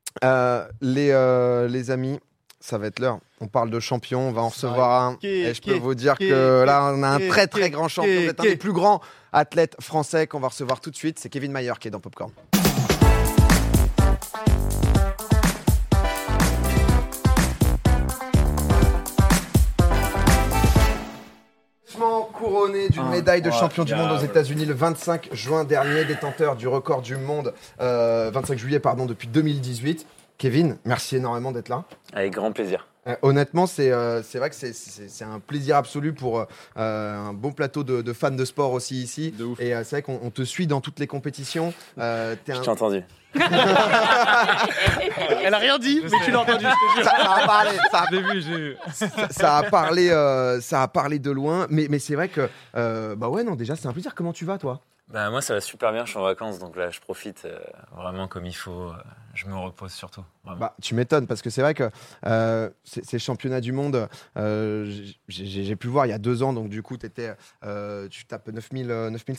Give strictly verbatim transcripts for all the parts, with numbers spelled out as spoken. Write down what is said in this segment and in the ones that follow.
Euh, les, euh, les amis, ça va être l'heure. On parle de champion, on va en recevoir un. Et je peux vous dire que là, on a un très très grand champion. Vous êtes un des plus grands athlètes français qu'on va recevoir tout de suite. C'est Kevin Mayer qui est dans Popcorn. Couronné d'une ah, médaille de champion du monde aux États-Unis le vingt-cinq juin dernier, détenteur du record du monde, euh, vingt-cinq juillet pardon, depuis deux mille dix-huit. Kevin, merci énormément d'être là. Avec grand plaisir. Euh, honnêtement, c'est euh, c'est vrai que c'est, c'est, c'est un plaisir absolu pour euh, un bon plateau de, de fans de sport aussi ici. De ouf. Et euh, c'est vrai qu'on on te suit dans toutes les compétitions. Euh, Je un... t'ai entendu. Elle a rien dit, mais tu l'as entendu. Ça, ça a parlé, ça a, j'ai vu, j'ai vu. Ça, ça a parlé, euh, ça a parlé de loin. Mais, mais c'est vrai que, euh, bah ouais, non, déjà, c'est un plaisir. Comment tu vas, toi ? Bah moi ça va super bien, je suis en vacances donc là je profite euh, vraiment comme il faut, euh, je me repose surtout. Bah, tu m'étonnes parce que c'est vrai que euh, ces, ces championnats du monde, euh, j'ai, j'ai, j'ai pu voir il y a deux ans, donc du coup euh, tu tapes neuf mille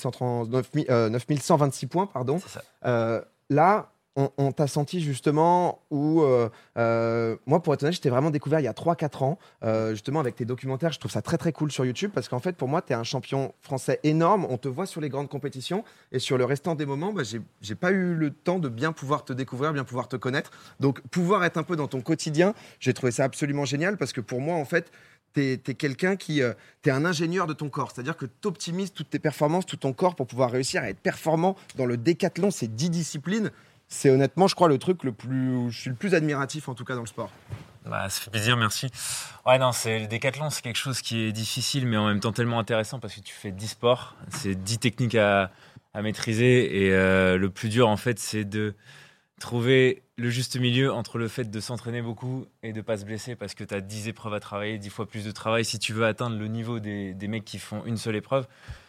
cent vingt-six points, pardon. C'est ça. Euh, là, on, on t'a senti justement où, euh, euh, moi pour être honnête, je t'ai vraiment découvert il y a trois quatre ans, euh, justement avec tes documentaires. Je trouve ça très très cool sur YouTube parce qu'en fait pour moi, tu es un champion français énorme. On te voit sur les grandes compétitions et sur le restant des moments, bah, j'ai, j'ai pas eu le temps de bien pouvoir te découvrir, bien pouvoir te connaître. Donc pouvoir être un peu dans ton quotidien, j'ai trouvé ça absolument génial parce que pour moi en fait, T'es, t'es quelqu'un qui, euh, t'es un ingénieur de ton corps, c'est-à-dire que t'optimises toutes tes performances, tout ton corps pour pouvoir réussir à être performant dans le décathlon, ces dix disciplines. C'est honnêtement, je crois, le truc le plus, où je suis le plus admiratif en tout cas dans le sport. Bah, ça fait plaisir, merci. Ouais, non, c'est, le décathlon, c'est quelque chose qui est difficile, mais en même temps tellement intéressant parce que tu fais dix sports, c'est dix techniques à, à maîtriser et euh, le plus dur en fait, c'est de trouver le juste milieu entre le fait de s'entraîner beaucoup et de ne pas se blesser parce que tu as dix épreuves à travailler, dix fois plus de travail si tu veux atteindre le niveau des, des mecs qui font une seule épreuve.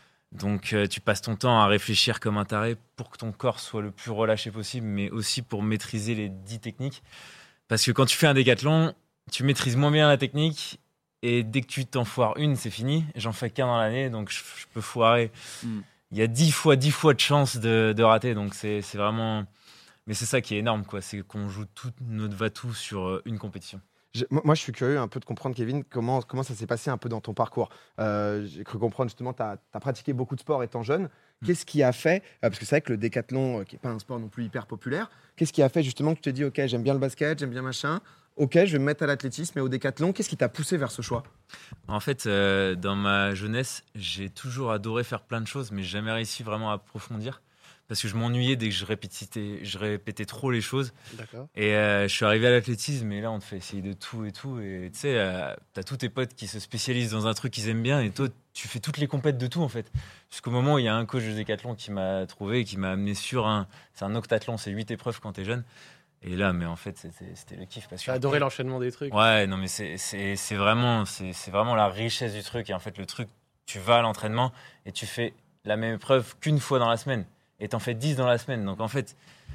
Donc euh, tu passes ton temps à réfléchir comme un taré pour que ton corps soit le plus relâché possible, mais aussi pour maîtriser les dix techniques. Parce que quand tu fais un décathlon, tu maîtrises moins bien la technique et dès que tu t'en foires une, c'est fini. J'en fais qu'un dans l'année, donc je, je peux foirer. Mm. Il y a dix fois, dix fois de chance de, de rater, donc c'est, c'est vraiment... Mais c'est ça qui est énorme, quoi. C'est qu'on joue tout notre va-tout sur une compétition. Je, moi, je suis curieux un peu de comprendre, Kevin, comment, comment ça s'est passé un peu dans ton parcours. Euh, j'ai cru comprendre, justement, tu as pratiqué beaucoup de sport étant jeune. Mmh. Qu'est-ce qui a fait, euh, parce que c'est vrai que le décathlon, euh, qui n'est pas un sport non plus hyper populaire, qu'est-ce qui a fait justement que tu t'es dit, OK, j'aime bien le basket, j'aime bien machin, OK, je vais me mettre à l'athlétisme et au décathlon. Qu'est-ce qui t'a poussé vers ce choix ? En fait, euh, dans ma jeunesse, j'ai toujours adoré faire plein de choses, mais jamais réussi vraiment à approfondir. Parce que je m'ennuyais dès que je répétais, je répétais trop les choses. D'accord. Et euh, je suis arrivé à l'athlétisme, et là, on te fait essayer de tout et tout. Et tu sais, euh, t'as tous tes potes qui se spécialisent dans un truc qu'ils aiment bien, et toi, tu fais toutes les compètes de tout, en fait. Jusqu'au moment où il y a un coach de décathlon qui m'a trouvé et qui m'a amené sur un... C'est un octathlon, c'est huit épreuves quand t'es jeune. Et là, mais en fait, c'était, c'était le kiff. J'ai adoré l'enchaînement des trucs. Ouais, non, mais c'est, c'est, c'est, vraiment, c'est, c'est vraiment la richesse du truc. Et en fait, le truc, tu vas à l'entraînement et tu fais la même épreuve qu'une fois dans la semaine. Et t'en fais dix dans la semaine. Donc en fait,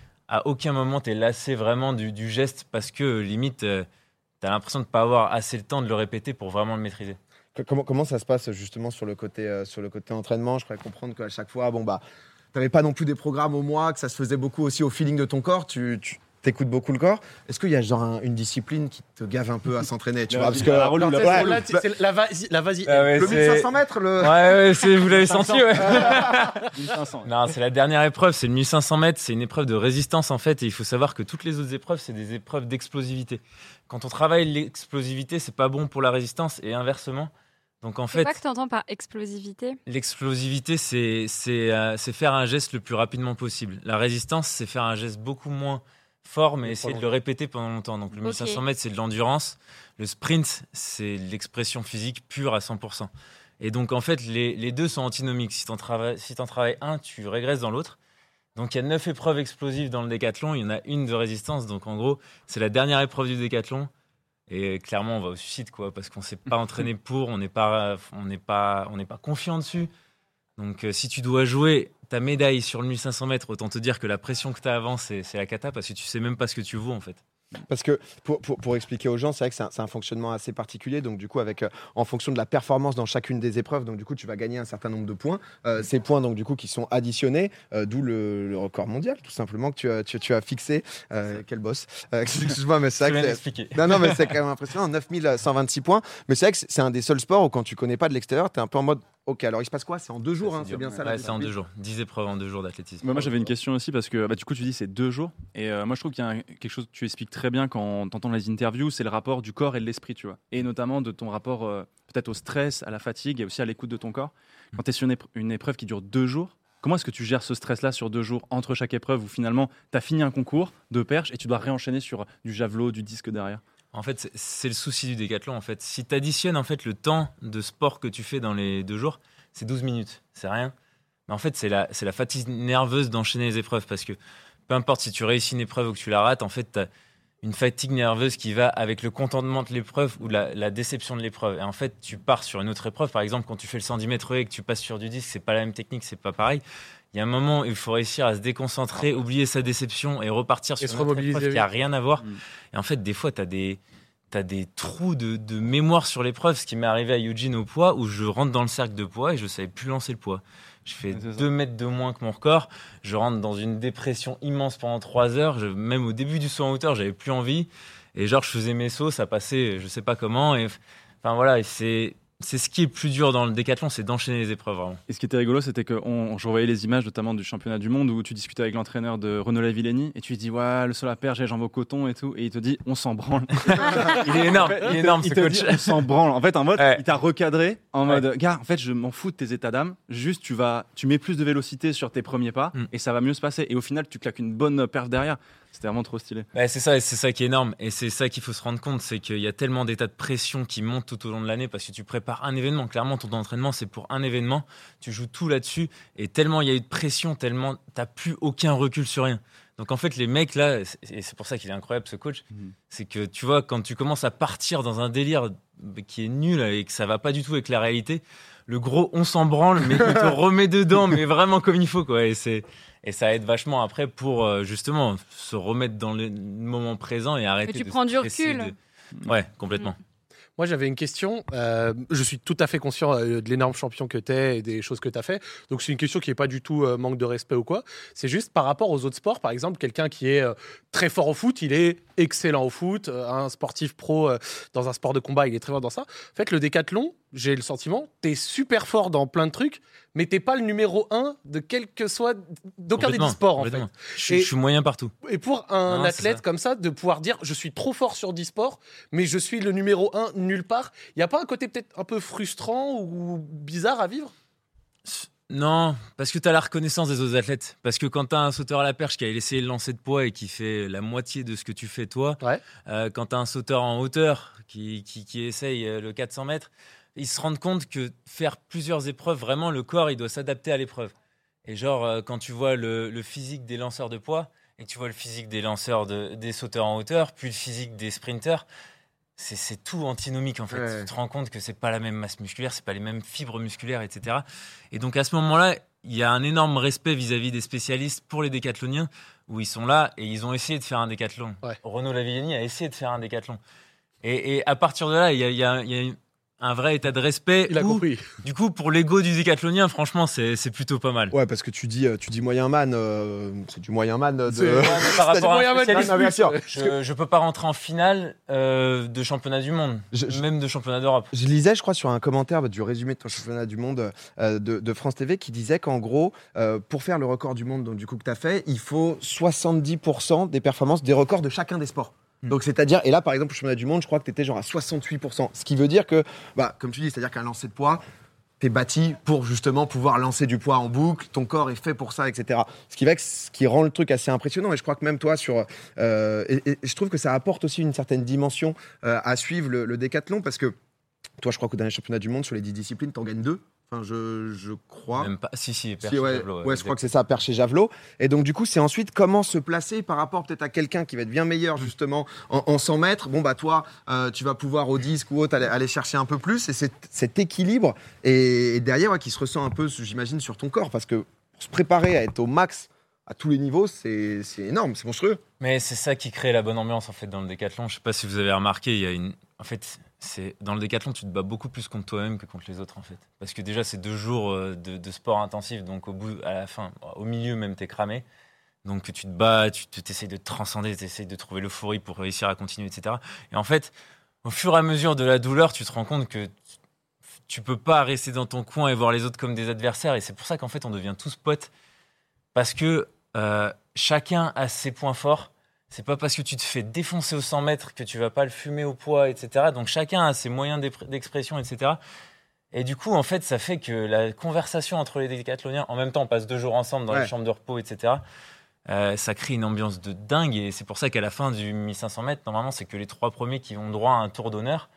à aucun moment t'es lassé vraiment du, du geste parce que limite, euh, t'as l'impression de ne pas avoir assez le temps de le répéter pour vraiment le maîtriser. Comment, comment ça se passe justement sur le côté, euh, sur le côté entraînement ? Je pourrais comprendre qu'à chaque fois, bon bah, t'avais pas non plus des programmes au mois, que ça se faisait beaucoup aussi au feeling de ton corps. Tu, tu t'écoutes beaucoup le corps. Est-ce qu'il y a genre un, une discipline qui te gave un peu à s'entraîner, tu vois, parce que la relou, la, ouais, là, c'est la vas-y, la vas-y. Ah ouais, le mille cinq cents mètres, le. Ouais, ouais, c'est, vous l'avez senti, ouais. mille cinq cents. Non, c'est la dernière épreuve, c'est le mille cinq cents mètres. C'est une épreuve de résistance en fait, et il faut savoir que toutes les autres épreuves, c'est des épreuves d'explosivité. Quand on travaille l'explosivité, c'est pas bon pour la résistance, et inversement. Donc en c'est fait, quoi que tu entends par explosivité ? L'explosivité, c'est, c'est, euh, c'est faire un geste le plus rapidement possible. La résistance, c'est faire un geste beaucoup moins fort, mais essayer de le répéter pendant longtemps. Donc le okay. mille cinq cents mètres, c'est de l'endurance. Le sprint, c'est de l'expression physique pure à cent pour cent. Et donc, en fait, les, les deux sont antinomiques. Si tu en travailles, si t'en travailles un, tu régresses dans l'autre. Donc, il y a neuf épreuves explosives dans le décathlon. Il y en a une de résistance. Donc, en gros, c'est la dernière épreuve du décathlon. Et clairement, on va au suicide, quoi, parce qu'on ne s'est pas entraîné pour, on n'est pas, on n'est pas, on n'est pas confiant dessus. Donc, euh, si tu dois jouer ta médaille sur le mille cinq cents mètres, autant te dire que la pression que tu as avant, c'est, c'est la cata, parce que tu sais même pas ce que tu vaux, en fait. Parce que pour, pour, pour expliquer aux gens, c'est vrai que c'est un, c'est un fonctionnement assez particulier. Donc, du coup, avec, euh, en fonction de la performance dans chacune des épreuves, donc, du coup, tu vas gagner un certain nombre de points. Euh, ces points, donc, du coup, qui sont additionnés, euh, d'où le, le record mondial, tout simplement, que tu as, tu, tu as fixé. Euh, quel boss. Euh, excuse-moi, mais c'est vrai que c'est... Non, non, mais c'est quand même impressionnant. neuf mille cent vingt-six points. Mais c'est vrai que c'est un des seuls sports où, quand tu connais pas de l'extérieur, tu es un peu en mode. Ok, alors il se passe quoi? C'est en deux jours, c'est, hein, c'est bien ça? Ouais, c'est en deux jours. dix épreuves en deux jours d'athlétisme. Moi, moi j'avais une question aussi parce que bah, du coup, tu dis c'est deux jours. Et euh, moi, je trouve qu'il y a un- quelque chose que tu expliques très bien quand tu entends les interviews, c'est le rapport du corps et de l'esprit, tu vois. Et notamment de ton rapport euh, peut-être au stress, à la fatigue et aussi à l'écoute de ton corps. Quand tu es sur une, épre- une épreuve qui dure deux jours, comment est-ce que tu gères ce stress-là sur deux jours entre chaque épreuve où finalement tu as fini un concours de perche et tu dois réenchaîner sur du javelot, du disque derrière? En fait, c'est, c'est le souci du décathlon. En fait, si tu additionnes en fait le temps de sport que tu fais dans les deux jours, c'est douze minutes, c'est rien. Mais en fait, c'est la, c'est la fatigue nerveuse d'enchaîner les épreuves parce que peu importe si tu réussis une épreuve ou que tu la rates, en fait, tu as une fatigue nerveuse qui va avec le contentement de l'épreuve ou la, la déception de l'épreuve. Et en fait, tu pars sur une autre épreuve. Par exemple, quand tu fais le cent dix mètres et que tu passes sur du disque, c'est pas la même technique, c'est pas pareil. Il y a un moment où il faut réussir à se déconcentrer, oublier sa déception et repartir sur se une autre remobiliser, épreuve qui oui. a rien à voir. Mm. Et en fait, des fois, tu as des... T'as des trous de, de mémoire sur l'épreuve, ce qui m'est arrivé à Eugene au poids, où je rentre dans le cercle de poids et je savais plus lancer le poids. Je fais deux mètres de moins que mon record, je rentre dans une dépression immense pendant trois heures, je, même au début du saut en hauteur, j'avais plus envie, et genre je faisais mes sauts, ça passait je sais pas comment, et enfin voilà, et c'est... C'est ce qui est plus dur dans le décathlon, c'est d'enchaîner les épreuves vraiment. Et ce qui était rigolo, c'était que on, je revoyais les images notamment du championnat du monde où tu discutais avec l'entraîneur de Renaud Lavillenie et tu lui dis ouais, le sol à perche, j'ai les jambes au coton et tout, et il te dit on s'en branle. Il est énorme, il est énorme il ce te coach. dit, on s'en branle. En fait, en mode, Ouais. il t'a recadré en Ouais. mode gars, en fait, je m'en fous de tes états d'âme, juste tu vas, tu mets plus de vélocité sur tes premiers pas Mm. et ça va mieux se passer. Et au final, tu claques une bonne perf derrière. C'était vraiment trop stylé. Ouais, c'est ça, et c'est ça qui est énorme. Et c'est ça qu'il faut se rendre compte, c'est qu'il y a tellement d'états de pression qui montent tout au long de l'année parce que tu prépares un événement. Clairement, ton entraînement, c'est pour un événement. Tu joues tout là-dessus. Et tellement il y a eu de pression, tellement t'as plus aucun recul sur rien. Donc en fait, les mecs là, et c'est pour ça qu'il est incroyable ce coach, Mhm. c'est que tu vois, quand tu commences à partir dans un délire qui est nul et que ça va pas du tout avec la réalité, le gros on s'en branle, mais il te remet dedans, mais vraiment comme il faut, quoi. Et c'est et ça aide vachement après pour euh, justement se remettre dans le moment présent et arrêter Mais tu de prends du stresser recul. de- Ouais, complètement. Moi, j'avais une question. Euh, je suis tout à fait conscient euh, de l'énorme champion que tu es et des choses que tu as fait. Donc, c'est une question qui n'est pas du tout euh, manque de respect ou quoi. C'est juste par rapport aux autres sports. Par exemple, quelqu'un qui est euh, très fort au foot, il est excellent au foot. Euh, un sportif pro euh, dans un sport de combat, il est très fort dans ça. En fait, le décathlon, j'ai le sentiment, tu es super fort dans plein de trucs, mais tu n'es pas le numéro un de quel que soit, d'aucun des Complètement, dix sports, en fait. complètement. Je, suis- Et- je suis moyen partout. Et pour un Non, c'est athlète ça. comme ça, de pouvoir dire je suis trop fort sur dix sports, mais je suis le numéro un nulle part, il n'y a pas un côté peut-être un peu frustrant ou bizarre à vivre? Non, parce que tu as la reconnaissance des autres athlètes. Parce que quand tu as un sauteur à la perche qui a essayé le lancer de poids et qui fait la moitié de ce que tu fais toi, Ouais. euh, quand tu as un sauteur en hauteur qui, qui, qui essaye euh, le quatre cents mètres, ils se rendent compte que faire plusieurs épreuves, vraiment, le corps, il doit s'adapter à l'épreuve. Et genre, euh, quand tu vois le, le physique des lanceurs de poids et que tu vois le physique des lanceurs de, des sauteurs en hauteur, puis le physique des sprinters, c'est, c'est tout antinomique en fait. Ouais. Tu te rends compte que c'est pas la même masse musculaire, c'est pas les mêmes fibres musculaires, et cetera. Et donc à ce moment-là, il y a un énorme respect vis-à-vis des spécialistes pour les décathloniens, où ils sont là et ils ont essayé de faire un décathlon. Ouais. Renaud Lavillenie a essayé de faire un décathlon. Et, et à partir de là, il y a, il y a- il y a un vrai état de respect. Il a où, compris. du coup, pour l'ego du décathlonien, franchement, c'est, c'est plutôt pas mal. Ouais, parce que tu dis, euh, tu dis moyen man, euh, c'est du moyen man de. C'est- Ouais, mais par rapport à moyen un man spécialiste, Non, bien sûr. je, je peux pas rentrer en finale euh, de championnat du monde, Je- je- même de championnat d'Europe. Je lisais, je crois, sur un commentaire bah, du résumé de ton championnat du monde euh, de, de France T V qui disait qu'en gros, euh, pour faire le record du monde donc, du coup, que tu as fait, il faut soixante-dix pour cent des performances des records de chacun des sports. Mm. Donc, c'est-à-dire, et là, par exemple, au championnat du monde, je crois que tu étais genre à soixante-huit pour cent. Ce qui veut dire que, bah, comme tu dis, c'est-à-dire qu'un lancer de poids, tu es bâti pour justement pouvoir lancer du poids en boucle, ton corps est fait pour ça, et cetera. Ce qui, va, que- ce qui rend le truc assez impressionnant. Et je crois que même toi, sur, euh, et, et je trouve que ça apporte aussi une certaine dimension euh, à suivre le, le décathlon parce que toi, je crois qu'au dernier championnat du monde, sur les dix disciplines, tu en gagnes deux. Enfin, je, je crois. Même pas. Si, si, Si, perche, ouais, javelot, ouais, je crois que c'est ça, perche et javelot. Et donc, du coup, c'est ensuite comment se placer par rapport peut-être à quelqu'un qui va être bien meilleur, justement, en, en cent mètres. Bon, bah, toi, euh, tu vas pouvoir au disque ou autre aller, aller chercher un peu plus. Et c'est cet équilibre. Et, et derrière, ouais, qui se ressent un peu, j'imagine, sur ton corps. Parce que pour se préparer à être au max à tous les niveaux, c'est, c'est énorme, c'est monstrueux. Mais c'est ça qui crée la bonne ambiance en fait dans le décathlon. Je sais pas si vous avez remarqué, il y a une. En fait, c'est dans le décathlon, tu te bats beaucoup plus contre toi-même que contre les autres en fait. Parce que déjà, c'est deux jours euh, de, de sport intensif, donc au bout, à la fin, au milieu même, t'es cramé. Donc tu te bats, tu essayes de te transcender, tu essayes de trouver l'euphorie pour réussir à continuer, et cetera. Et en fait, au fur et à mesure de la douleur, tu te rends compte que tu peux pas rester dans ton coin et voir les autres comme des adversaires. Et c'est pour ça qu'en fait, on devient tous potes. Parce que euh, chacun a ses points forts. C'est pas parce que tu te fais défoncer au cent mètres que tu vas pas le fumer au poids, et cetera. Donc chacun a ses moyens d'expression, et cetera. Et du coup, en fait, ça fait que la conversation entre les décathloniens, en même temps, on passe deux jours ensemble dans Ouais. les chambres de repos, et cetera. Euh, ça crée une ambiance de dingue. Et c'est pour ça qu'à la fin du mille cinq cents mètres, normalement, c'est que les trois premiers qui ont droit à un tour d'honneur.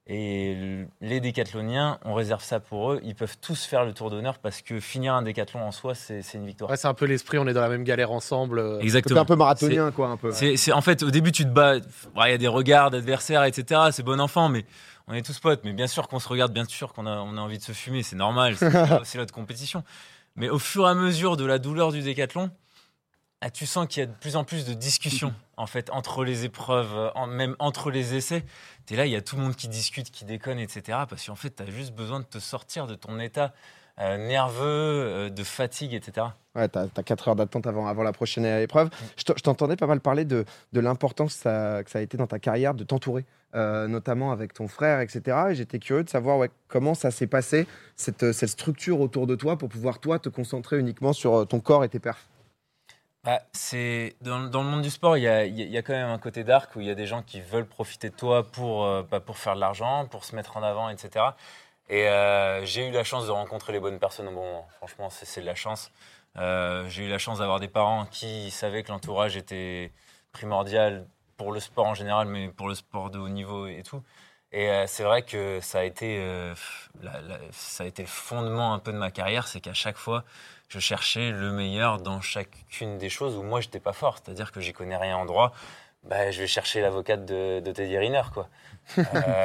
Et les décathloniens, on réserve ça pour eux. Ils peuvent tous faire le tour d'honneur parce que finir un décathlon en soi, c'est, c'est une victoire. Ouais, c'est un peu l'esprit, on est dans la même galère ensemble. euh. Exactement. C'est un peu marathonien, quoi, un peu. C'est, c'est, en fait, au début, tu te bats. Il y a des regards d'adversaires, et cetera. C'est bon enfant, mais on est tous potes. Mais bien sûr qu'on se regarde, bien sûr qu'on a, on a envie de se fumer. C'est normal. C'est, c'est notre compétition. Mais au fur et à mesure de la douleur du décathlon, ah, tu sens qu'il y a de plus en plus de discussions en fait entre les épreuves, en, même entre les essais. T'es là, il y a tout le monde qui discute, qui déconne, et cetera. Parce qu'en fait, tu as juste besoin de te sortir de ton état euh, nerveux, euh, de fatigue, et cetera. Ouais, t'as, t'as quatre heures d'attente avant, avant la prochaine épreuve. Je, t- je t'entendais pas mal parler de, de l'importance que ça, que ça a été dans ta carrière de t'entourer, euh, notamment avec ton frère, et cetera. Et j'étais curieux de savoir ouais, comment ça s'est passé, cette, cette structure autour de toi pour pouvoir, toi, te concentrer uniquement sur ton corps et tes perfs. Bah, c'est dans, dans le monde du sport, il y a, il y a quand même un côté dark où il y a des gens qui veulent profiter de toi pour, euh, bah, pour faire de l'argent, pour se mettre en avant, et cetera. Et euh, j'ai eu la chance de rencontrer les bonnes personnes au bon moment. Franchement, c'est, c'est de la chance. Euh, j'ai eu la chance d'avoir des parents qui savaient que l'entourage était primordial pour le sport en général, mais pour le sport de haut niveau et tout. Et euh, c'est vrai que ça a été, euh, la, la, ça a été le fondement un peu de ma carrière, c'est qu'à chaque fois, je cherchais le meilleur dans chacune des choses où moi, j'étais pas fort. C'est-à-dire que j'y connais rien en droit. Bah, je vais chercher l'avocate de, de Teddy Riner, quoi. Euh...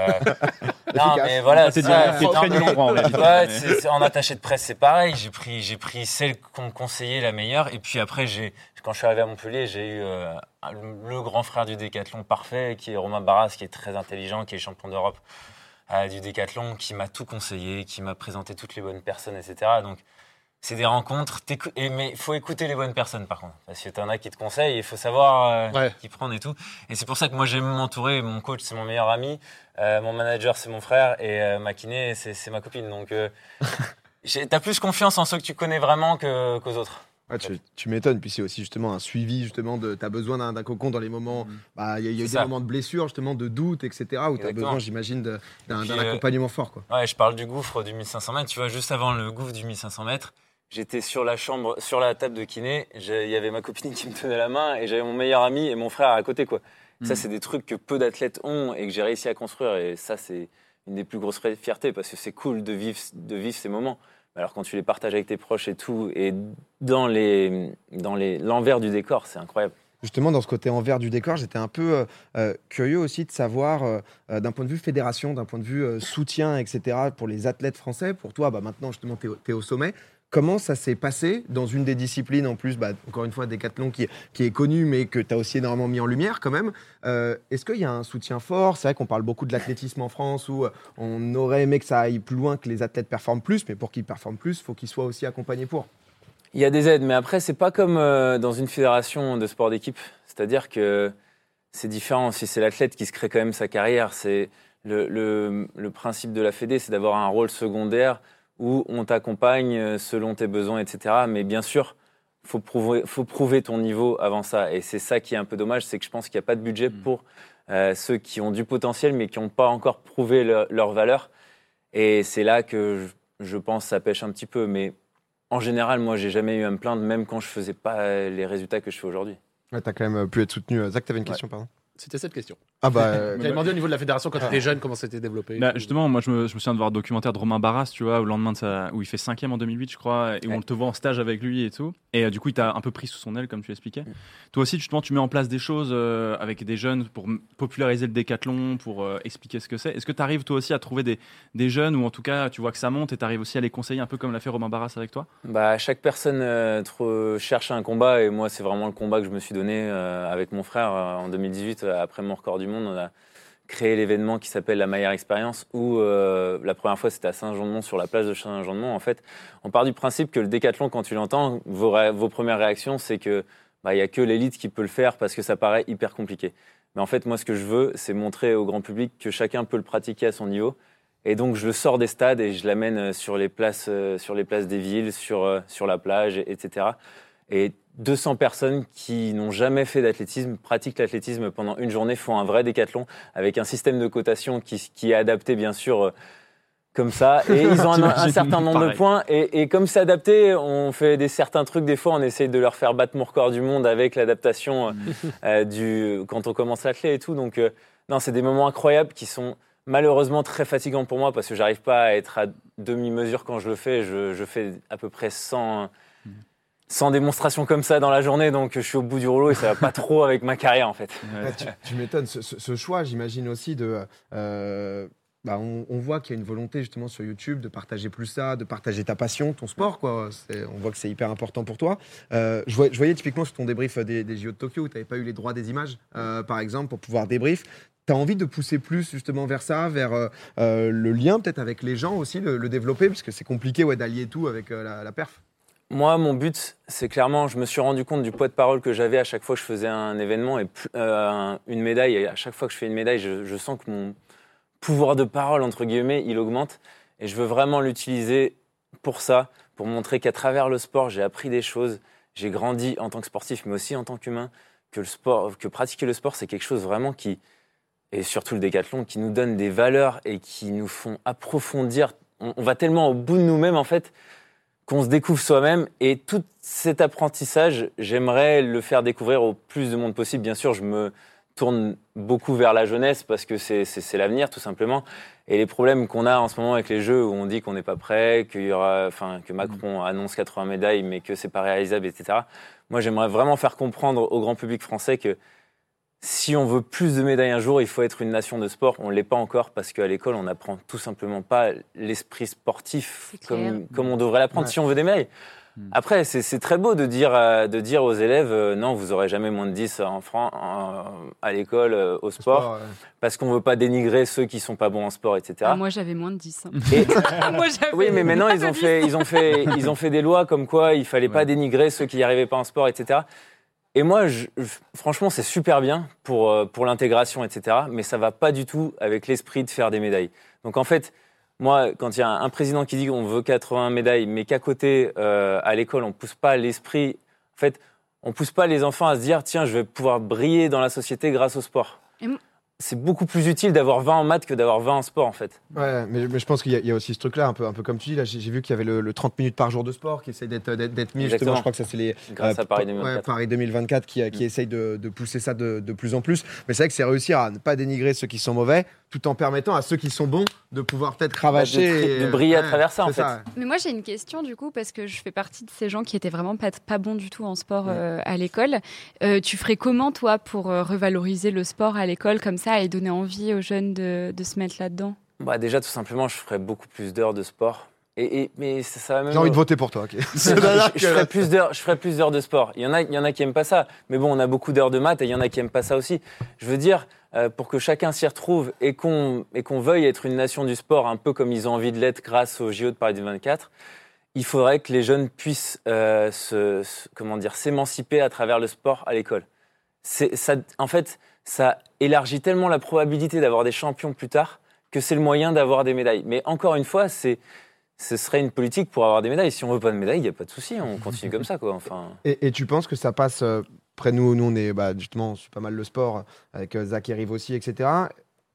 non, mais voilà, c'est ça. C'est très nul en droit, en réalité. Ouais, c'est, c'est, en attaché de presse, c'est pareil. J'ai pris, j'ai pris celle qu'on me conseillait, la meilleure. Et puis après, j'ai, quand je suis arrivé à Montpellier, j'ai eu euh, le grand frère du décathlon parfait, qui est Romain Barras, qui est très intelligent, qui est champion d'Europe euh, du décathlon, qui m'a tout conseillé, qui m'a présenté toutes les bonnes personnes, et cetera. Donc, c'est des rencontres, et, mais il faut écouter les bonnes personnes par contre, parce que t'en as qui te conseillent, il faut savoir euh, Ouais. qui prendre et tout. Et c'est pour ça que moi j'aime m'entourer, mon coach c'est mon meilleur ami, euh, mon manager c'est mon frère, et euh, ma kiné c'est, c'est ma copine. Donc euh, j'ai, t'as plus confiance en ceux que tu connais vraiment que, qu'aux autres. Ouais, tu, tu m'étonnes, puis c'est aussi justement un suivi, justement, de, t'as besoin d'un, d'un cocon dans les moments, Mmh. bah, il y a, y a eu des ça. moments de blessure, justement, de doute, et cetera, où t'as Exactement. besoin, j'imagine, de, d'un, Et d'un puis, euh, accompagnement fort, quoi. Ouais, je parle du gouffre du mille cinq cents mètres, tu vois, juste avant le gouffre du mille cinq cents mètres, j'étais sur la chambre, sur la table de kiné, il y avait ma copine qui me tenait la main et j'avais mon meilleur ami et mon frère à côté, quoi. Mm. Ça, c'est des trucs que peu d'athlètes ont et que j'ai réussi à construire, et ça, c'est une des plus grosses fiertés parce que c'est cool de vivre, de vivre ces moments. Alors quand tu les partages avec tes proches et tout, et dans, les, dans les, l'envers du décor, c'est incroyable. Justement, dans ce côté envers du décor, j'étais un peu euh, euh, curieux aussi de savoir, euh, euh, d'un point de vue fédération, d'un point de vue euh, soutien, et cetera, pour les athlètes français, pour toi, bah, maintenant, justement, tu es au sommet. Comment ça s'est passé dans une des disciplines, en plus, bah, encore une fois, décathlon qui, qui est connu, mais que tu as aussi énormément mis en lumière quand même. Euh, est-ce qu'il y a un soutien fort? C'est vrai qu'on parle beaucoup de l'athlétisme en France, où euh, on aurait aimé que ça aille plus loin, que les athlètes performent plus, mais pour qu'ils performent plus, il faut qu'ils soient aussi accompagnés pour. Il y a des aides, mais après, c'est pas comme euh, dans une fédération de sport d'équipe. C'est-à-dire que c'est différent. Si c'est l'athlète qui se crée quand même sa carrière, c'est le, le, le principe de la fédé, c'est d'avoir un rôle secondaire où on t'accompagne selon tes besoins, et cetera. Mais bien sûr, il faut prouver, faut prouver ton niveau avant ça. Et c'est ça qui est un peu dommage, c'est que je pense qu'il n'y a pas de budget mmh. pour euh, ceux qui ont du potentiel, mais qui n'ont pas encore prouvé le, leur valeur. Et c'est là que je, je pense que ça pêche un petit peu. Mais en général, moi, j'ai jamais eu à me plaindre, même quand je ne faisais pas les résultats que je fais aujourd'hui. Ouais, tu as quand même pu être soutenu. Zach, tu avais une question, ouais. pardon. C'était cette question. Ah bah, euh, J'avais demandé au niveau de la fédération quand tu étais jeune comment c'était développé. Bah, justement, moi je me, je me souviens de voir un documentaire de Romain Barras, tu vois, au lendemain de sa, où il fait cinquième en deux mille huit, je crois, et où Ouais. on te voit en stage avec lui et tout. Et euh, du coup, il t'a un peu pris sous son aile, comme tu l'expliquais. Mm. Toi aussi, justement, tu mets en place des choses euh, avec des jeunes pour m- populariser le décathlon, pour euh, expliquer ce que c'est. Est-ce que tu arrives toi aussi à trouver des, des jeunes, ou en tout cas, tu vois que ça monte et tu arrives aussi à les conseiller un peu comme l'a fait Romain Barras avec toi? Bah, chaque personne euh, trop- cherche un combat et moi, c'est vraiment le combat que je me suis donné euh, avec mon frère euh, en deux mille dix-huit, euh, après mon record du monde. On a créé l'événement qui s'appelle la Maillard Experience où euh, la première fois c'était à Saint-Jean-de-Mont, sur la plage de Saint-Jean-de-Mont. En fait, on part du principe que le décathlon, quand tu l'entends, vos, ré- vos premières réactions, c'est que bah, y a que l'élite qui peut le faire parce que ça paraît hyper compliqué. Mais en fait, moi, ce que je veux, c'est montrer au grand public que chacun peut le pratiquer à son niveau. Et donc, je le sors des stades et je l'amène sur les places, euh, sur les places des villes, sur, euh, sur la plage, et cetera. Et deux cents personnes qui n'ont jamais fait d'athlétisme pratiquent l'athlétisme pendant une journée, font un vrai décathlon avec un système de cotation qui, qui est adapté, bien sûr, euh, comme ça. Et ils ont un, un certain nombre Pareil. de points. Et, et comme c'est adapté, on fait des certains trucs. Des fois, on essaye de leur faire battre mon record du monde avec l'adaptation euh, du quand on commence l'athlé et tout. Donc, euh, non, c'est des moments incroyables qui sont malheureusement très fatigants pour moi parce que j'arrive pas à être à demi-mesure quand je le fais. Je, je fais à peu près cent cent démonstrations comme ça dans la journée, donc je suis au bout du rouleau et ça va pas trop avec ma carrière en fait. Ouais, tu, tu m'étonnes. Ce, ce- ce choix, j'imagine aussi de. euh, bah, on, on voit qu'il y a une volonté justement sur YouTube de partager plus ça, de partager ta passion, ton sport, quoi. C'est- on voit que c'est hyper important pour toi. Euh, je, vois- je voyais typiquement sur ton débrief des, des J O de Tokyo où tu n'avais pas eu les droits des images, euh, par exemple, pour pouvoir débrief. Tu as envie de pousser plus justement vers ça, vers euh, euh, le lien peut-être avec les gens aussi, le, le développer, parce que c'est compliqué ouais, d'allier tout avec euh, la, la perf. Moi, mon but, c'est clairement, je me suis rendu compte du poids de parole que j'avais à chaque fois que je faisais un événement et plus- euh, un- une médaille. Et à chaque fois que je fais une médaille, je, je sens que mon pouvoir de parole, entre guillemets, il augmente. Et je veux vraiment l'utiliser pour ça, pour montrer qu'à travers le sport, j'ai appris des choses. J'ai grandi en tant que sportif, mais aussi en tant qu'humain. Que le sport, que pratiquer le sport, c'est quelque chose vraiment qui, et surtout le décathlon, qui nous donne des valeurs et qui nous font approfondir. On, on va tellement au bout de nous-mêmes, en fait, qu'on se découvre soi-même. Et tout cet apprentissage, j'aimerais le faire découvrir au plus de monde possible. Bien sûr, je me tourne beaucoup vers la jeunesse parce que c'est, c'est, c'est l'avenir, tout simplement. Et les problèmes qu'on a en ce moment avec les Jeux, où on dit qu'on n'est pas prêt, qu'il y aura, enfin, que Macron annonce quatre-vingts médailles, mais que c'est pas réalisable, et cetera. Moi, j'aimerais vraiment faire comprendre au grand public français que si on veut plus de médailles un jour, il faut être une nation de sport. On ne l'est pas encore parce qu'à l'école, on n'apprend tout simplement pas l'esprit sportif C'est clair. comme, comme on devrait l'apprendre Ouais. si on veut des médailles. Mm. Après, c'est, c'est très beau de dire, euh, de dire aux élèves euh, non, vous n'aurez jamais moins de dix en Fran- en- à l'école, euh, au sport, Sport, ouais. parce qu'on ne veut pas dénigrer ceux qui ne sont pas bons en sport, et cetera. Ah, moi, j'avais moins de dix. hein. Et- Moi, j'avais oui, mais maintenant, moins ils de ont, dix. fait, ils, ont fait, ils ont fait des lois comme quoi il ne fallait pas Ouais. dénigrer ceux qui n'y arrivaient pas en sport, et cetera. Et moi, je- je- franchement, c'est super bien pour, euh, pour l'intégration, et cetera. Mais ça ne va pas du tout avec l'esprit de faire des médailles. Donc, en fait, moi, quand il y a un, un président qui dit qu'on veut quatre-vingts médailles, mais qu'à côté, euh, à l'école, on ne pousse pas l'esprit... En fait, on ne pousse pas les enfants à se dire « Tiens, je vais pouvoir briller dans la société grâce au sport Et m- ». C'est beaucoup plus utile d'avoir vingt en maths que d'avoir vingt en sport, en fait. Ouais, mais, mais je pense qu'il y, a- il y a aussi ce truc-là, un peu, un peu comme tu dis. Là, j'ai, j'ai vu qu'il y avait le, le trente minutes par jour de sport qui essaie d'être, d'être, d'être mis. Justement, Exactement. je crois que ça, c'est les. Grâce euh, à Paris pa- deux mille vingt-quatre. ouais, Paris deux mille vingt-quatre qui, qui essaye de, de pousser ça de, de plus en plus. Mais c'est vrai que c'est réussir à ne pas dénigrer ceux qui sont mauvais, tout en permettant à ceux qui sont bons de pouvoir peut-être cravacher. de tri- et- de briller à ouais, travers ça, en c'est fait. ouais. Mais moi, j'ai une question du coup, parce que je fais partie de ces gens qui étaient vraiment pas, pas bons du tout en sport euh, à l'école. Euh, tu ferais comment, toi, pour euh, revaloriser le sport à l'école comme ça et donner envie aux jeunes de, de se mettre là-dedans? Bah déjà, tout simplement, je ferais beaucoup plus d'heures de sport. Et, et- mais ça, ça va même... J'ai envie de voter pour toi. ok. je, C'est-à-dire je que- ferais plus d'heures, je ferais plus d'heures de sport. Il y en a, il y en a qui aiment pas ça. Mais bon, on a beaucoup d'heures de maths et il y en a qui aiment pas ça aussi. Je veux dire, euh, pour que chacun s'y retrouve et qu'on, et qu'on veuille être une nation du sport, un peu comme ils ont envie de l'être grâce aux J O de Paris deux mille vingt-quatre, il faudrait que les jeunes puissent euh, se, se- comment dire, s'émanciper à travers le sport à l'école. C'est, ça, en fait, ça élargit tellement la probabilité d'avoir des champions plus tard que c'est le moyen d'avoir des médailles. Mais encore une fois, c'est, ce serait une politique pour avoir des médailles. Si on veut pas de médailles, il n'y a pas de souci, on continue comme ça, quoi. Enfin, Et, et tu penses que ça passe euh, près de nous, nous on est bah, justement, on suit pas mal le sport avec euh, Zach et Rive aussi, et cetera.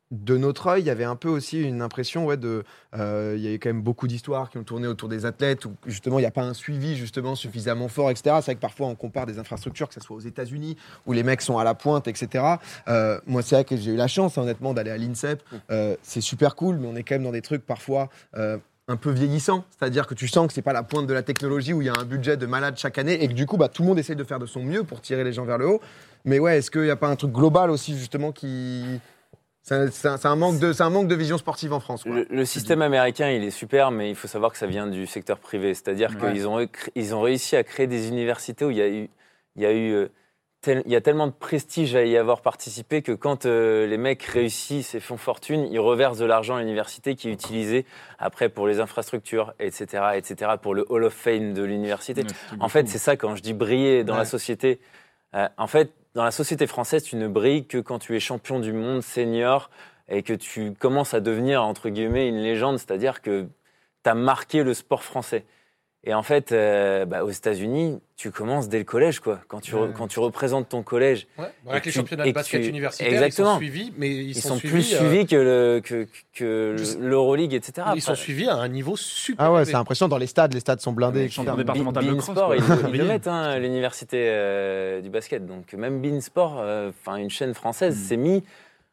de notre œil, il y avait un peu aussi une impression, ouais, de, euh, il y avait quand même beaucoup d'histoires qui ont tourné autour des athlètes où justement il n'y a pas un suivi justement suffisamment fort, et cetera. C'est vrai que parfois on compare des infrastructures, que ce soit aux États-Unis où les mecs sont à la pointe, et cetera. Euh, moi, c'est vrai que j'ai eu la chance, honnêtement, d'aller à l'INSEP. Euh, c'est super cool, mais on est quand même dans des trucs parfois. Euh, un peu vieillissant, c'est-à-dire que tu sens que c'est pas la pointe de la technologie où il y a un budget de malade chaque année et que du coup bah, tout le monde essaye de faire de son mieux pour tirer les gens vers le haut. Mais ouais, est-ce qu'il n'y a pas un truc global aussi justement qui... C'est un, c'est un, c'est un, manque, de, c'est un manque de vision sportive en France. Quoi. Le, le système américain, il est super, mais il faut savoir que ça vient du secteur privé. C'est-à-dire Ouais. qu'ils ont, ils ont réussi à créer des universités où il y a eu... Il y a eu Tel, il y a tellement de prestige à y avoir participé que quand euh, les mecs réussissent et font fortune, ils reversent de l'argent à l'université qui est utilisé après pour les infrastructures, et cetera, et cetera, pour le Hall of Fame de l'université. Ouais, En fait, c'est ça quand je dis briller dans Ouais. la société. Euh, en fait, dans la société française, tu ne brilles que quand tu es champion du monde senior et que tu commences à devenir, entre guillemets, une légende, c'est-à-dire que tu as marqué le sport français. Et en fait, euh, bah, aux États-Unis, tu commences dès le collège, quoi. Quand tu, re- Ouais. quand tu représentes ton collège. Ouais. Avec Et les tu- championnats et de que basket tu- universitaires, Exactement. ils sont suivis, mais ils, Ils, sont, sont, suivis, plus euh, suivis que, le, que, que Je sais- le- l'Euroleague, et cetera. ils sont Après, suivis à un niveau super Ah ouais, élevé. c'est impressionnant dans les stades, les stades sont blindés. Ouais, et cetera. champion départemental de cross, Beansport, quoi. ils, ils le Briller. mettent, hein, l'université euh, du basket. Donc même Beansport, enfin une chaîne française, Mm. s'est mis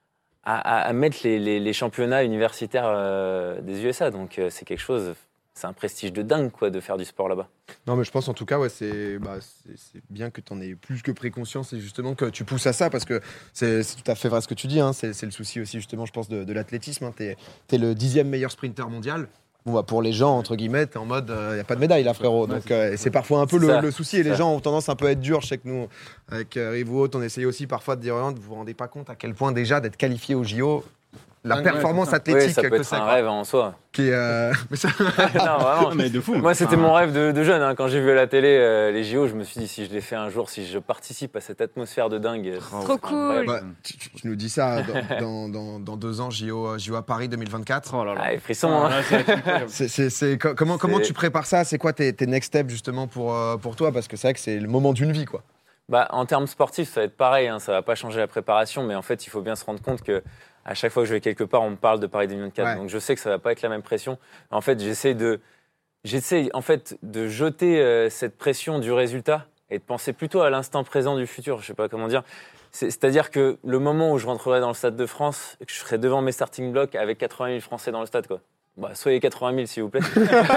à, à- à mettre les, les- les championnats universitaires euh, des U S A. Donc euh, c'est quelque chose, c'est un prestige de dingue, quoi, de faire du sport là-bas. Non, mais je pense en tout cas, ouais, c'est bah, c'est- c'est bien que tu en aies plus que pris conscience et justement que tu pousses à ça parce que c'est c'est tout à fait vrai ce que tu dis. Hein, c'est c'est le souci aussi, justement, je pense, de, de l'athlétisme. Hein, tu es le dixième meilleur sprinter mondial. Bon, bah, pour les gens, entre guillemets, t'es en mode, il n'y a pas de médaille là, frérot. Ouais, Donc, c'est euh, c'est parfois un peu C'est le, ça. le souci et les ça. gens ont tendance un peu à être durs. Je sais que nous, avec euh, Rive ou autre, on essaye aussi parfois de dire, oh, vous vous rendez pas compte à quel point déjà d'être qualifié au J O, la Ouais, performance c'est ça. athlétique Oui, ça peut que être c'est, un quoi, rêve en soi. qui est, euh, mais ça- non, vraiment. Non, mais de fou. Moi, c'était Enfin, mon rêve de, de jeune. hein. Quand j'ai vu à la télé euh, les J O, je me suis dit, si je les fais un jour, si je participe à cette atmosphère de dingue. Oh, c'est Trop incroyable. cool. Bah, tu, tu- tu nous dis ça dans, dans, dans, dans deux ans, J O, J O à Paris deux mille vingt-quatre. Oh là là. Ah, les frissons, Ah, hein. là, ça va être incroyable. C'est, c'est, c'est- co- comment, comment C'est- tu prépares ça? C'est quoi tes, tes next steps justement pour, euh, pour toi? Parce que c'est vrai que c'est le moment d'une vie, quoi. Bah, en termes sportifs, ça va être pareil, hein, ça va pas changer la préparation, mais en fait, il faut bien se rendre compte que à chaque fois que je vais quelque part, on me parle de Paris deux mille vingt-quatre. Ouais. Donc, je sais que ça va pas être la même pression. En fait, j'essaie de, j'essaie en fait de jeter euh, cette pression du résultat et de penser plutôt à l'instant présent du futur. Je sais pas comment dire. C'est, c'est-à-dire que le moment où je rentrerai dans le Stade de France, que je serai devant mes starting blocks avec quatre-vingt mille Français dans le stade, quoi. Bah, soyez quatre-vingt mille, s'il vous plaît.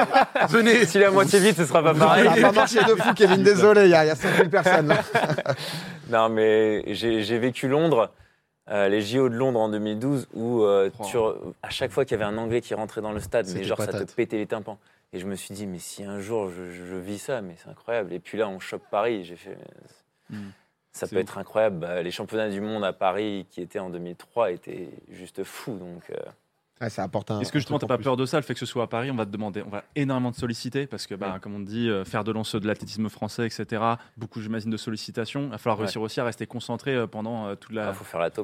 Venez. Si la moitié vite, ce sera pas pareil. Ça n'a pas marché de fou, Kevin. Désolé, il y a, il y a cinq mille personnes là. Non, mais j'ai j'ai vécu Londres, euh, les J O de Londres en deux mille douze, où euh, Wow. tu re- à chaque fois qu'il y avait un Anglais qui rentrait dans le stade, mais C'était genre ça patate. te pétait les tympans. Et je me suis dit, mais si un jour je, je- je vis ça, mais c'est incroyable. Et puis là, on chope Paris. J'ai fait, Mm. ça C'est peut ouf. être incroyable. Bah, les championnats du monde à Paris qui étaient en deux mille trois étaient juste fous. Donc, euh, Ouais, ça apporte un. Est-ce que justement, un t'as truc en pas plus. peur de ça, le fait que ce soit à Paris? On va te demander, on va énormément te solliciter parce que, bah, Ouais. comme on dit, euh, faire de lanceux de l'athlétisme français, et cetera. Beaucoup, j'imagine, de sollicitations. Il va falloir Ouais. réussir aussi à rester concentré euh, pendant euh, toute il la. faut faire la taupe.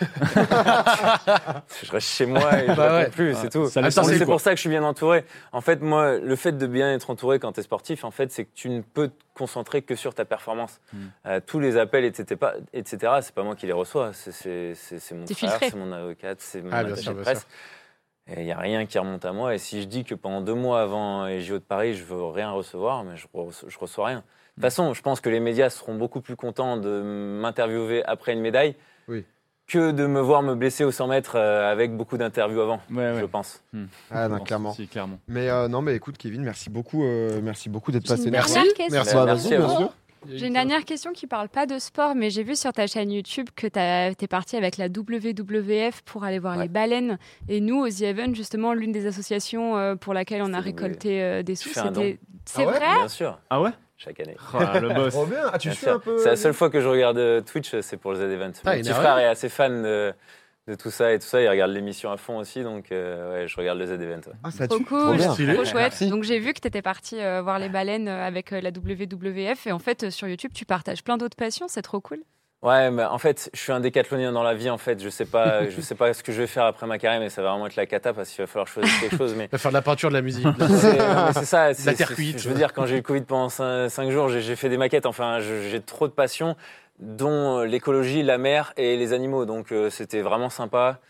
je reste chez moi et je Bah réponds ouais. plus, Ouais. c'est tout. Ça laisse Attends, en c'est libre, pour ça que je suis bien entouré. En fait, moi, le fait de bien être entouré quand tu es sportif, en fait, c'est que tu ne peux te concentrer que sur ta performance. Mm. Euh, tous les appels, et cetera, et cetera, c'est pas moi qui les reçois, c'est, c'est, c'est, c'est mon T'es frère, filtré. c'est mon avocate, c'est mon Ah, bien attaché sûr, de bien presse. Et il n'y a rien qui remonte à moi. Et si je dis que pendant deux mois avant les J O de Paris, je veux rien recevoir, mais je re- je reçois rien. De toute façon, je pense que les médias seront beaucoup plus contents de m'interviewer après une médaille Oui. que de me voir me blesser au cent mètres euh, avec beaucoup d'interviews avant, Ouais, ouais. je pense. Ah, non, Je pense clairement. aussi, clairement. Mais euh, non, mais écoute, Kevin, merci beaucoup, euh, merci beaucoup d'être J'ai passé. une Merci. dernière question. Merci. Bah, Merci vas-y, à bien vous. sûr. J'ai une dernière question qui parle pas de sport, mais j'ai vu sur ta chaîne YouTube que tu es parti avec la W W F pour aller voir Ouais. les baleines. Et nous, aux The Event, justement, l'une des associations euh, pour laquelle on a C'est récolté euh, des Tu sous, fais un c'était. C'est Ah ouais vrai? Bien sûr, Ah ouais? chaque année. Oh là, le boss. Trop bien. Ah, tu Bien suis sûr. un peu. C'est la seule fois que je regarde euh, Twitch, c'est pour le Z-Event. Ah, Mon petit énervé. frère est assez fan de, de tout ça et tout ça. Il regarde l'émission à fond aussi, donc euh, ouais, je regarde le Z-Event. ouais. Ah, ça Trop tue. cool, bien. Stylé. trop chouette. Merci. Donc j'ai vu que tu étais parti euh, voir les baleines euh, avec euh, la W W F et en fait euh, sur YouTube tu partages plein d'autres passions, c'est trop cool. Ouais, mais en fait, je suis un décathlonien dans la vie. En fait, je sais pas, je sais pas ce que je vais faire après ma carrière, mais ça va vraiment être la cata parce qu'il va falloir choisir quelque chose. Mais On va faire de la peinture, de la musique. c'est, non, mais c'est ça. c'est- La terre c'est- cuite. Je veux dire, quand j'ai eu le Covid pendant cinq jours, j'ai, j'ai fait des maquettes. Enfin, je- j'ai trop de passion, dont l'écologie, la mer et les animaux. Donc, euh, c'était vraiment sympa.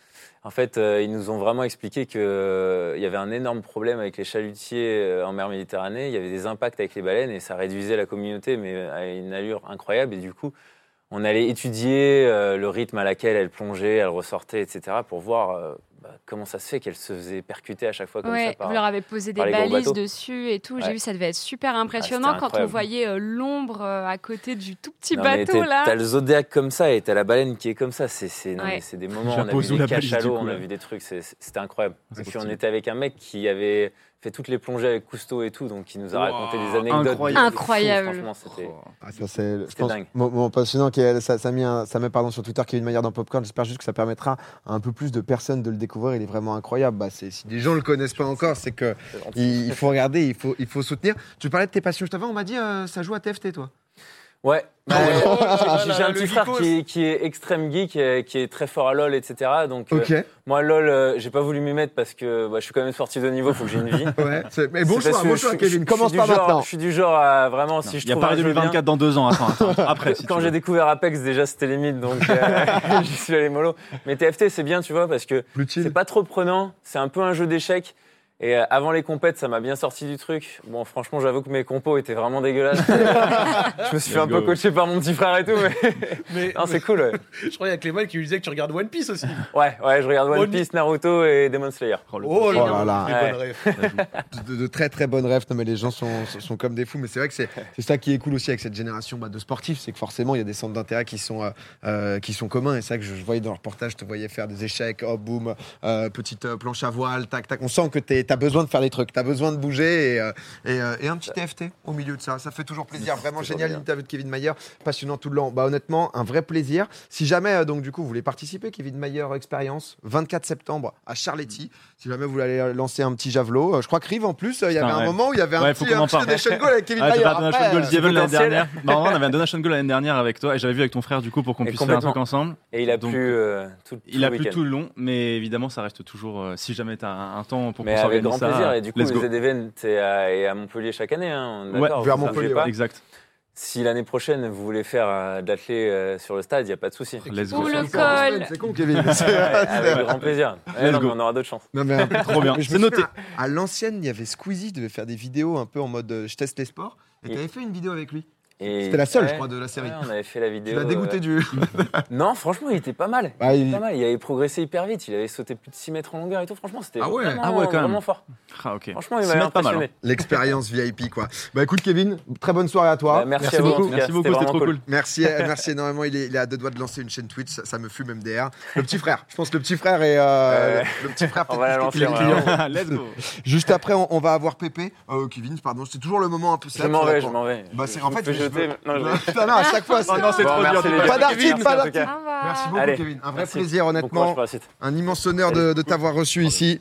En fait, euh, ils nous ont vraiment expliqué qu'il euh, y avait un énorme problème avec les chalutiers euh, en mer Méditerranée. Il y avait des impacts avec les baleines et ça réduisait la communauté, mais à une allure incroyable. Et du coup, on allait étudier euh, le rythme à laquelle elle plongeait, elle ressortait, et cetera, pour voir euh, bah, comment ça se fait qu'elle se faisait percuter à chaque fois comme ouais, ça. Par, vous leur avez posé des par les gros balises bateaux. dessus et tout. J'ai Ouais. vu, ça devait être super impressionnant Ah, c'était quand on incroyable. voyait euh, l'ombre euh, à côté du tout petit Non, mais bateau t'es- là. T'as le zodiaque comme ça et t'as la baleine qui est comme ça. C'est, c'est, non, Ouais. mais c'est des moments. On a Chapeau vu sous des la balise, du cachalots, coup, on a là. vu des trucs. c'est- c'était incroyable. C'est Et puis stylé. on était avec un mec qui avait fait toutes les plongées avec Cousteau et tout, donc qui nous a raconté Wow, des anecdotes. incroyable. de fou, Incroyable. Franchement, c'était. Ah, ça, c'est, je C'était pense, dingue. mon, mon passionnant, qui est- ça, ça, met un- ça met pardon, sur Twitter Kevin Maillard dans Popcorn. J'espère juste que ça permettra à un peu plus de personnes de le découvrir. Il est vraiment incroyable. Bah, c'est, si des gens ne le connaissent pas encore, c'est que c'est gentil. il, il faut regarder, il faut, il faut soutenir. Tu parlais de tes passions juste avant, on m'a dit euh, ça joue à T F T, toi. Ouais. Bah, Oh, j'ai, j'ai un le petit frère geekos. qui est, qui est extrême geek, et qui est très fort à LoL, et cetera. Donc euh, Ok. moi, LoL, euh, j'ai pas voulu m'y mettre parce que bah, je suis quand même sportif de haut niveau, faut que j'ai une vie. Ouais. C'est- mais bon C'est parce choix, que bon je choix, suis- Kevin. je- Commence je suis par du genre- maintenant. Je suis du genre à vraiment, si je Il y a trouve Paris un jeu deux mille vingt-quatre bien- dans deux ans. Attends, attends, après. si Quand tu j'ai veux. découvert Apex, déjà c'était limite, donc euh, j'y suis allé mollo. Mais T F T, c'est bien, tu vois, parce que Plus chill. c'est pas trop prenant, c'est un peu un jeu d'échecs. Et euh, avant les compètes, ça m'a bien sorti du truc. Bon, franchement, j'avoue que mes compos étaient vraiment dégueulasses. Je me suis fait un peu go. coacher par mon petit frère et tout, mais Mais non, c'est cool. Ouais, je crois qu'il y a Clément qui lui disait que tu regardes One Piece aussi. ouais, ouais, je regarde One One Piece, Naruto et Demon Slayer. Oh, le Oh Oh là là là. les Ouais. bonnes rêves. de, de très très bonnes rêves. Non, mais les gens sont, sont, sont comme des fous. Mais c'est vrai que c'est, c'est ça qui est cool aussi avec cette génération bah, de sportifs, c'est que forcément il y a des centres d'intérêt qui sont, euh, euh, qui sont communs. Et c'est ça que je, je voyais dans le reportage, je te voyais faire des échecs, hop, boum, euh, petite euh, planche à voile, tac, tac. On sent que tu as besoin de faire des trucs, tu as besoin de bouger et, euh, et, euh, et un petit T F T au milieu de ça. Ça fait toujours plaisir. Vraiment toujours génial bien. l'interview de Kevin Mayer, passionnant tout le long. Bah, honnêtement, un vrai plaisir. Si jamais, euh, donc du coup, vous voulez participer, Kevin Mayer Expérience, vingt-quatre septembre à Charletti. Si jamais vous voulez lancer un petit javelot, euh, je crois que Rive en plus, euh, il y avait Putain, un ouais. moment où il y avait un Ouais, faut petit, qu'on un en petit parle. donation goal avec Kevin Ah, tu Mayer. vas à Donation Après, Goal euh, Devil l'année potentiel. dernière. Bah, on avait un Donation Goal l'année dernière avec toi et j'avais vu avec ton frère du coup pour qu'on Et puisse faire un truc complètement. ensemble. Et il a Donc, plu euh, tout, tout Il a le plu week-end. tout le long, mais évidemment ça reste toujours euh, si jamais tu as un, un temps pour Mais qu'on avec s'organise grand ça. plaisir. Et du coup, let's le go. Z Event est à, est à Montpellier chaque année. Hein, Ouais, d'accord, vers vous Montpellier, bougez pas. Exact. Si l'année prochaine vous voulez faire euh, de l'athlé euh, sur le stade, il n'y a pas de souci. Let's Pour go. le c'est con, col. C'est con, Kevin. C'est- Ouais, avec c'est- grand plaisir. Ouais, Let's non, mais go. on aura d'autres chances. Non, mais, Trop bien. mais je C'est me noté. souviens, À l'ancienne, il y avait Squeezie, il devait faire des vidéos un peu en mode euh, je teste les sports. Et Et- tu avais fait une vidéo avec lui. Et- C'était la seule, ouais, je crois, de la série. ouais, on avait fait la Tu vidéo. l'as dégoûté euh, du. Non, franchement, il était pas mal. Bah, Il il- était pas mal. Il avait progressé hyper vite. Il avait sauté plus de six mètres en longueur et tout. Franchement, c'était Ah ouais. vraiment, Ah ouais, quand même. vraiment fort. Ah, ok. Franchement, il Six m'avait mètres, pas mal, impressionné. L'expérience V I P, quoi. Bah écoute, Kevin, très bonne soirée à toi. Bah, merci, Merci à vous, en beaucoup. tout cas. Merci beaucoup, c'était vraiment trop cool. Merci, euh, merci énormément. Il est, il est à deux doigts de lancer une chaîne Twitch, ça, ça me fume M D R. Le petit frère, je pense que le petit frère est. euh, Ouais. le, le petit frère, On peut-être va la plus lancer, que on les va la clients. Let's go. Juste après, on, on va avoir Pépé. Euh, Kevin, pardon, c'est toujours le moment un peu Je sad, m'en ça vais, va je pas. m'en vais. Bah, c'est- Je en me fait, fais je jeter. veux- Non, je- Putain, non, à chaque fois, c'est. Oh non, c'est Bon, trop merci, dur. les dis gars. Pas d'artiste, Merci, pas en tout d'artiste. cas. Au revoir. Merci beaucoup, Allez. Kevin. Un vrai Merci. plaisir, Bon courage honnêtement. pour la suite. Un immense honneur de, de t'avoir reçu ici.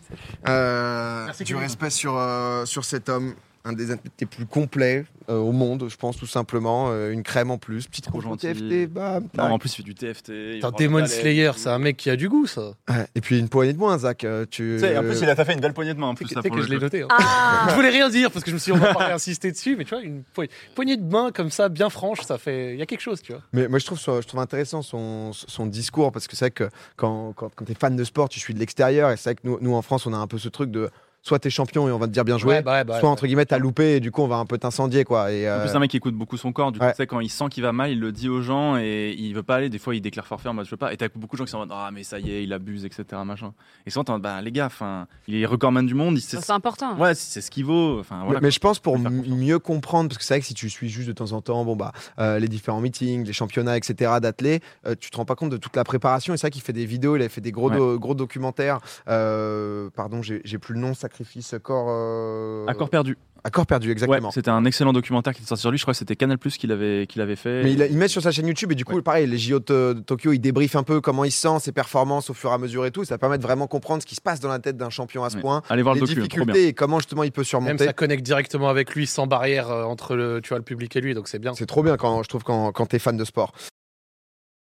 Euh, Merci, du Kevin. respect sur, euh, sur cet homme, un des athlètes les plus complets euh, au monde, je pense, tout simplement. Euh, une crème en plus, petite Trop rouge gentil. T F T, bam, Non, tac. en plus il fait du T F T. il Putain, prend Demon le palais. Slayer, c'est un mec qui a du goût, ça. Ouais, et puis une poignée de moins, Zach. euh, Tu... Tu sais, en plus il a fait une belle poignée de main en Tu plus. sais ça, que pour je le l'ai coup. noté. hein. Ah. Je voulais rien dire parce que je me suis dit, on va pas insister dessus, mais tu vois, une po- poignée de main comme ça, bien franche, ça fait. Il y a quelque chose, tu vois. Mais moi, je trouve, ça- je trouve intéressant son, son discours parce que c'est vrai que quand, quand, quand tu es fan de sport, tu suis de l'extérieur. Et c'est vrai que nous, nous, en France, on a un peu ce truc de soit t'es champion et on va te dire bien joué, Ouais, bah ouais, bah ouais, soit ouais. entre guillemets t'as loupé et du coup on va un peu t'incendier quoi. Et, En euh, plus, c'est un mec qui écoute beaucoup son corps. Du coup, Ouais. tu sais, quand il sent qu'il va mal, il le dit aux gens et il veut pas aller. Des fois, il déclare forfait en mode je veux pas. Et t'as beaucoup de gens qui sont en mode ah, mais ça y est, il abuse, et cetera. Machin. Et souvent, t'es en mode bah, les gars, enfin, il est recordman du monde. Il sait, Ça, c'est important. ouais, c'est ce qu'il vaut. Enfin, mais, voilà, mais quoi. je pense pour Faut faire m- confiance. mieux comprendre, parce que c'est vrai que si tu suis juste de temps en temps, bon bah euh, les différents meetings, les championnats, et cetera d'athlètes, euh, tu te rends pas compte de toute la préparation. Et c'est vrai qu'il fait des vidéos, il a fait des gros Ouais. do- gros documentaires. Euh, pardon, j'ai j'ai plus le nom. Sacrifice corps. euh, Accord perdu. Accord perdu, exactement. Ouais, c'était un excellent documentaire qui était sorti sur lui. Je crois que c'était Canal Plus qui l'avait qui l'avait fait. Mais il, a- il met sur sa chaîne YouTube et du coup, Ouais. pareil, les J O de, de Tokyo, il débriefe un peu comment il se sent, ses performances au fur et à mesure et tout. Ça permet de vraiment comprendre ce qui se passe dans la tête d'un champion à ce Ouais. point, Allez voir les le docu, trop bien. difficultés et comment justement il peut Même surmonter. ça connecte directement avec lui sans barrière euh, entre le, tu vois, le public et lui, donc c'est bien. C'est trop bien quand je trouve quand, quand t'es fan de sport.